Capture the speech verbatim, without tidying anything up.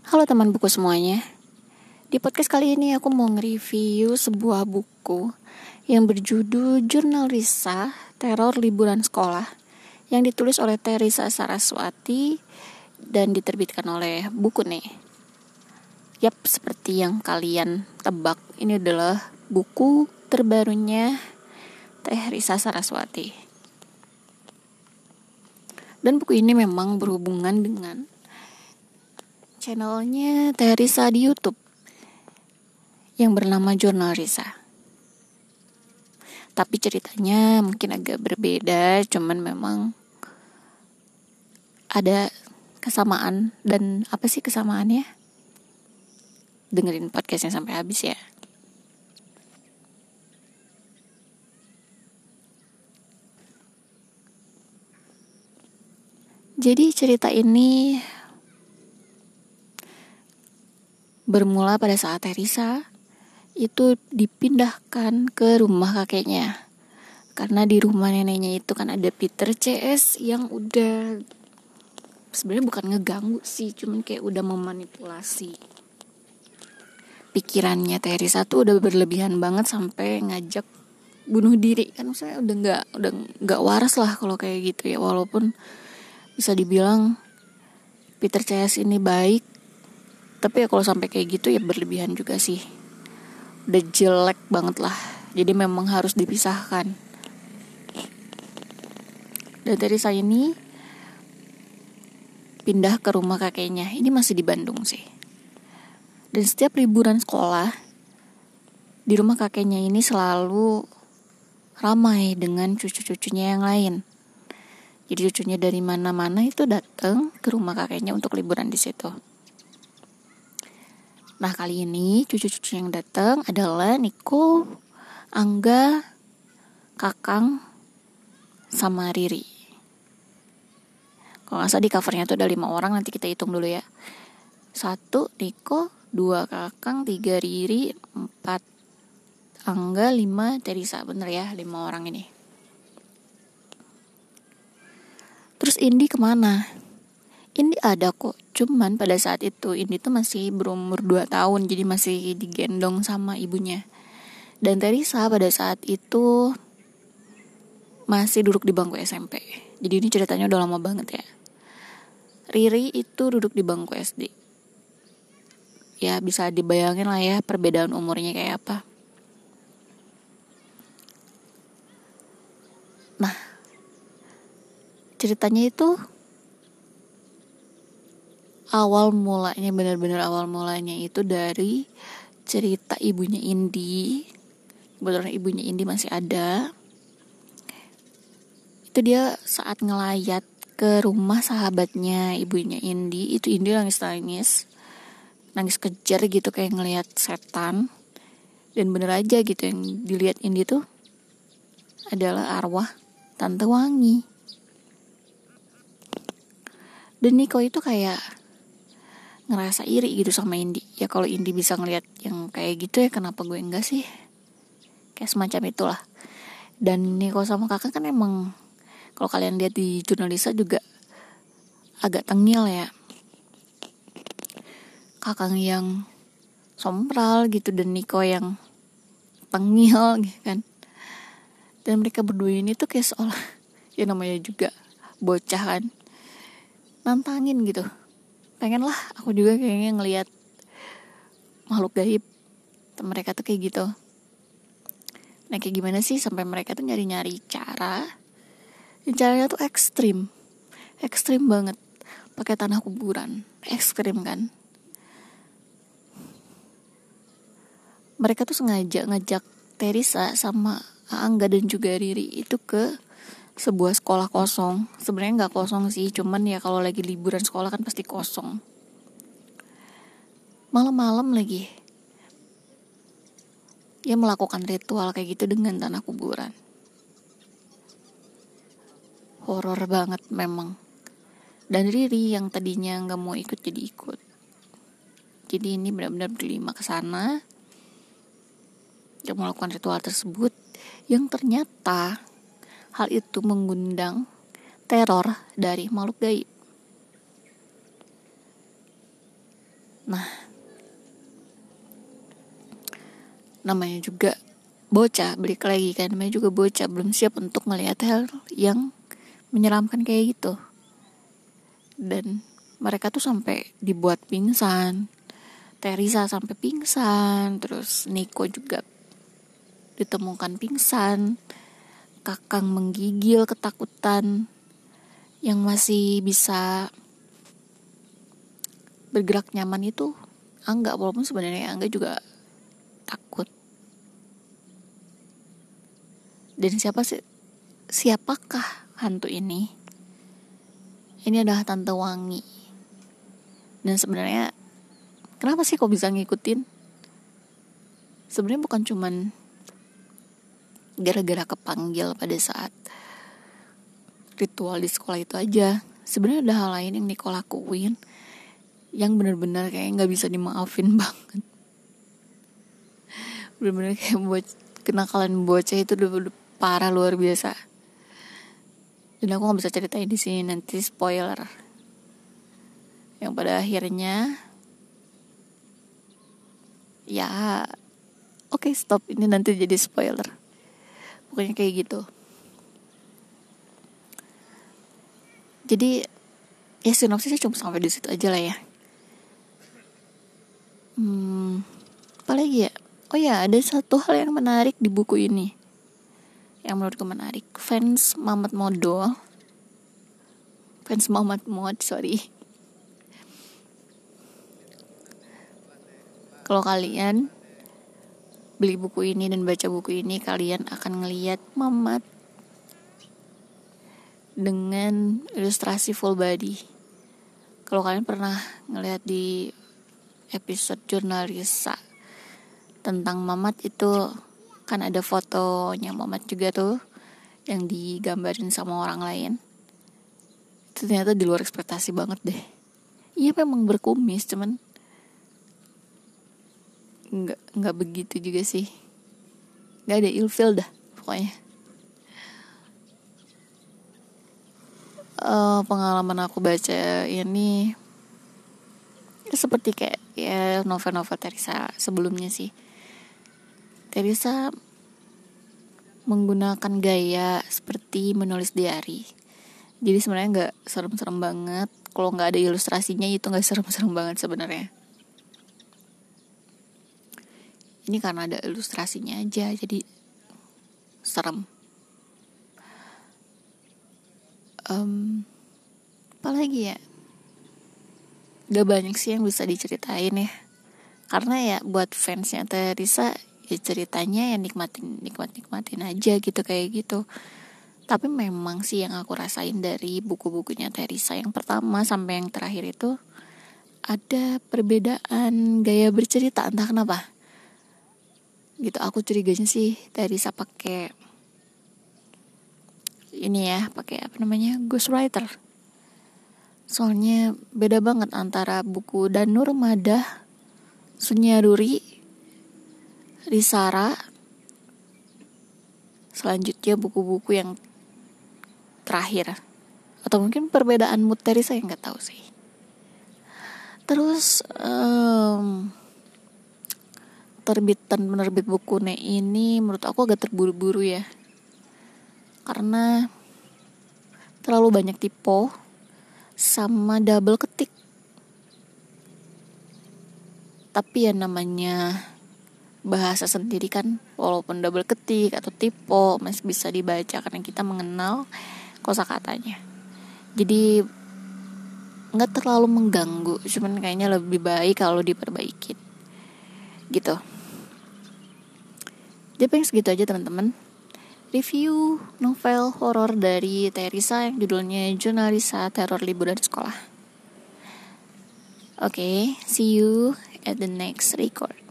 Halo teman buku semuanya. Di podcast kali ini aku mau nge-review sebuah buku yang berjudul Jurnal Risa, Teror Liburan Sekolah, yang ditulis oleh Teresa Saraswati dan diterbitkan oleh Buku Nih. Yap, seperti yang kalian tebak, ini adalah buku terbarunya Teresa Saraswati. Dan buku ini memang berhubungan dengan channelnya Teresa di YouTube yang bernama Jurnal Risa. Tapi ceritanya mungkin agak berbeda, cuman memang ada kesamaan. Dan apa sih kesamaannya? Dengerin podcastnya sampai habis ya. Jadi cerita ini bermula pada saat Teresa itu dipindahkan ke rumah kakeknya. Karena di rumah neneknya itu kan ada Peter C S yang udah sebenarnya bukan ngeganggu sih, cuman kayak udah memanipulasi pikirannya Teresa tuh udah berlebihan banget sampai ngajak bunuh diri. Kan saya udah nggak udah nggak waras lah kalau kayak gitu ya. Walaupun bisa dibilang Peter C S ini baik, tapi ya kalau sampai kayak gitu ya berlebihan juga sih. Udah jelek banget lah. Jadi memang harus dipisahkan. Dan Teresa ini pindah ke rumah kakeknya. Ini masih di Bandung sih. Dan setiap liburan sekolah di rumah kakeknya ini selalu ramai dengan cucu-cucunya yang lain. Jadi cucunya dari mana-mana itu datang ke rumah kakeknya untuk liburan di situ. Nah, kali ini cucu-cucu yang datang adalah Niko, Angga, Kakang, sama Riri. Kalau nggak salah di covernya tuh ada lima orang, nanti kita hitung dulu ya. Satu Niko, dua Kakang, tiga Riri, empat Angga, lima Teresa. Bener ya, lima orang ini. Terus Indi kemana? Indi ada kok, cuman pada saat itu Indi tuh masih berumur dua tahun, jadi masih digendong sama ibunya. Dan Teresa pada saat itu masih duduk di bangku S M P. Jadi ini ceritanya udah lama banget ya. Riri itu duduk di bangku S D. Ya bisa dibayangin lah ya perbedaan umurnya kayak apa. Nah, ceritanya itu awal mulanya, benar-benar awal mulanya itu dari cerita ibunya Indi. Kebetulan ibunya Indi masih ada. Itu dia saat ngelayat ke rumah sahabatnya ibunya Indi. Itu Indi nangis-nangis. Nangis kejar gitu kayak ngelihat setan. Dan bener aja gitu yang dilihat Indi tuh adalah arwah Tante Wangi. Dan Niko itu kayak ngerasa iri gitu sama Indi. Ya kalau Indi bisa ngelihat yang kayak gitu ya kenapa gue enggak sih? Kayak semacam itulah. Dan Niko sama kakak kan emang kalau kalian lihat di Jurnalisa juga agak tengil ya. Kakak yang sompral gitu dan Niko yang tengil gitu kan. Dan mereka berdua ini tuh kayak seolah ya namanya juga bocah kan. Nantangin gitu. Pengen lah aku juga kayaknya ngelihat makhluk gaib. Mereka tuh kayak gitu. Nah kayak gimana sih sampai mereka tuh nyari-nyari cara. Dan caranya tuh ekstrim. Ekstrim banget. Pakai tanah kuburan. Ekstrim kan. Mereka tuh sengaja ngajak Teresa sama Angga dan juga Riri itu ke sebuah sekolah kosong. Sebenarnya nggak kosong sih, cuman ya kalau lagi liburan sekolah kan pasti kosong. Malam-malam lagi, dia melakukan ritual kayak gitu dengan tanah kuburan. Horor banget memang. Dan Riri yang tadinya nggak mau ikut jadi ikut. Jadi ini benar-benar berlima ke sana. Dia melakukan ritual tersebut yang ternyata hal itu mengundang teror dari makhluk gaib. namanya juga bocah, balik lagi kan, namanya juga bocah, belum siap untuk melihat hal yang menyeramkan kayak gitu. Dan mereka tuh sampai dibuat pingsan, Teresa sampai pingsan, terus Nico juga ditemukan pingsan, Kakang menggigil ketakutan, yang masih bisa bergerak nyaman itu Angga, walaupun sebenarnya Angga juga takut. Dan siapa sih siapakah hantu ini? Ini adalah Tante Wangi. Dan sebenarnya kenapa sih kok bisa ngikutin? Sebenarnya bukan cuman gara-gara kepanggil pada saat ritual di sekolah itu aja. Sebenarnya ada hal lain yang Nico lakuin yang benar-benar kayak nggak bisa dimaafin banget. Benar-benar kayak buat kenakalan bocah itu udah, udah parah luar biasa. Dan aku nggak bisa ceritain di sini, nanti spoiler. Yang pada akhirnya ya oke okay, stop, ini nanti jadi spoiler. Pokoknya kayak gitu. Jadi ya sinopsisnya cuma sampai di situ aja lah ya. Hmm, apa lagi ya? Oh ya, ada satu hal yang menarik di buku ini, yang menurutku menarik. Fans Mamat Modol, fans Mamat Mod, sorry. Kalau kalian beli buku ini dan baca buku ini, kalian akan ngelihat Mamat dengan ilustrasi full body. Kalau kalian pernah ngelihat di episode Jurnalisa tentang Mamat itu, kan ada fotonya Mamat juga tuh yang digambarin sama orang lain. Itu ternyata di luar ekspektasi banget deh. Iya memang berkumis, cuman nggak nggak begitu juga sih. Nggak ada ilfil dah pokoknya. Uh, pengalaman aku baca ini ya seperti kayak ya novel-novel Teresa sebelumnya sih. Teresa menggunakan gaya seperti menulis diary. Jadi sebenarnya nggak serem-serem banget. Kalau nggak ada ilustrasinya itu nggak serem-serem banget sebenarnya. Ini karena ada ilustrasinya aja jadi serem. Um, apalagi ya? Gak banyak sih yang bisa diceritain ya. Karena ya buat fansnya Teresa ya ceritanya ya nikmatin nikmat nikmatin aja gitu kayak gitu. Tapi memang sih yang aku rasain dari buku-bukunya Teresa yang pertama sampai yang terakhir itu ada perbedaan gaya bercerita, entah kenapa. Gitu aku curiganya sih Teresa pakai ini ya, pakai apa namanya? ghostwriter. Soalnya beda banget antara buku Danur Madah, Sunyaruri, Risara, selanjutnya buku-buku yang terakhir, atau mungkin perbedaan mood Teresa yang nggak tahu sih. Terus um, terbitan penerbit buku Ne ini menurut aku agak terburu-buru ya, karena terlalu banyak typo sama double ketik. Tapi ya namanya bahasa sendiri kan, walaupun double ketik atau typo masih bisa dibaca karena kita mengenal kosakatanya. Jadi nggak terlalu mengganggu, cuman kayaknya lebih baik kalau diperbaikin gitu. Jadi pengen segitu aja teman-teman, review novel horor dari Teresa yang judulnya Jurnalisa Teror Liburan Sekolah. Oke, okay, see you at the next record.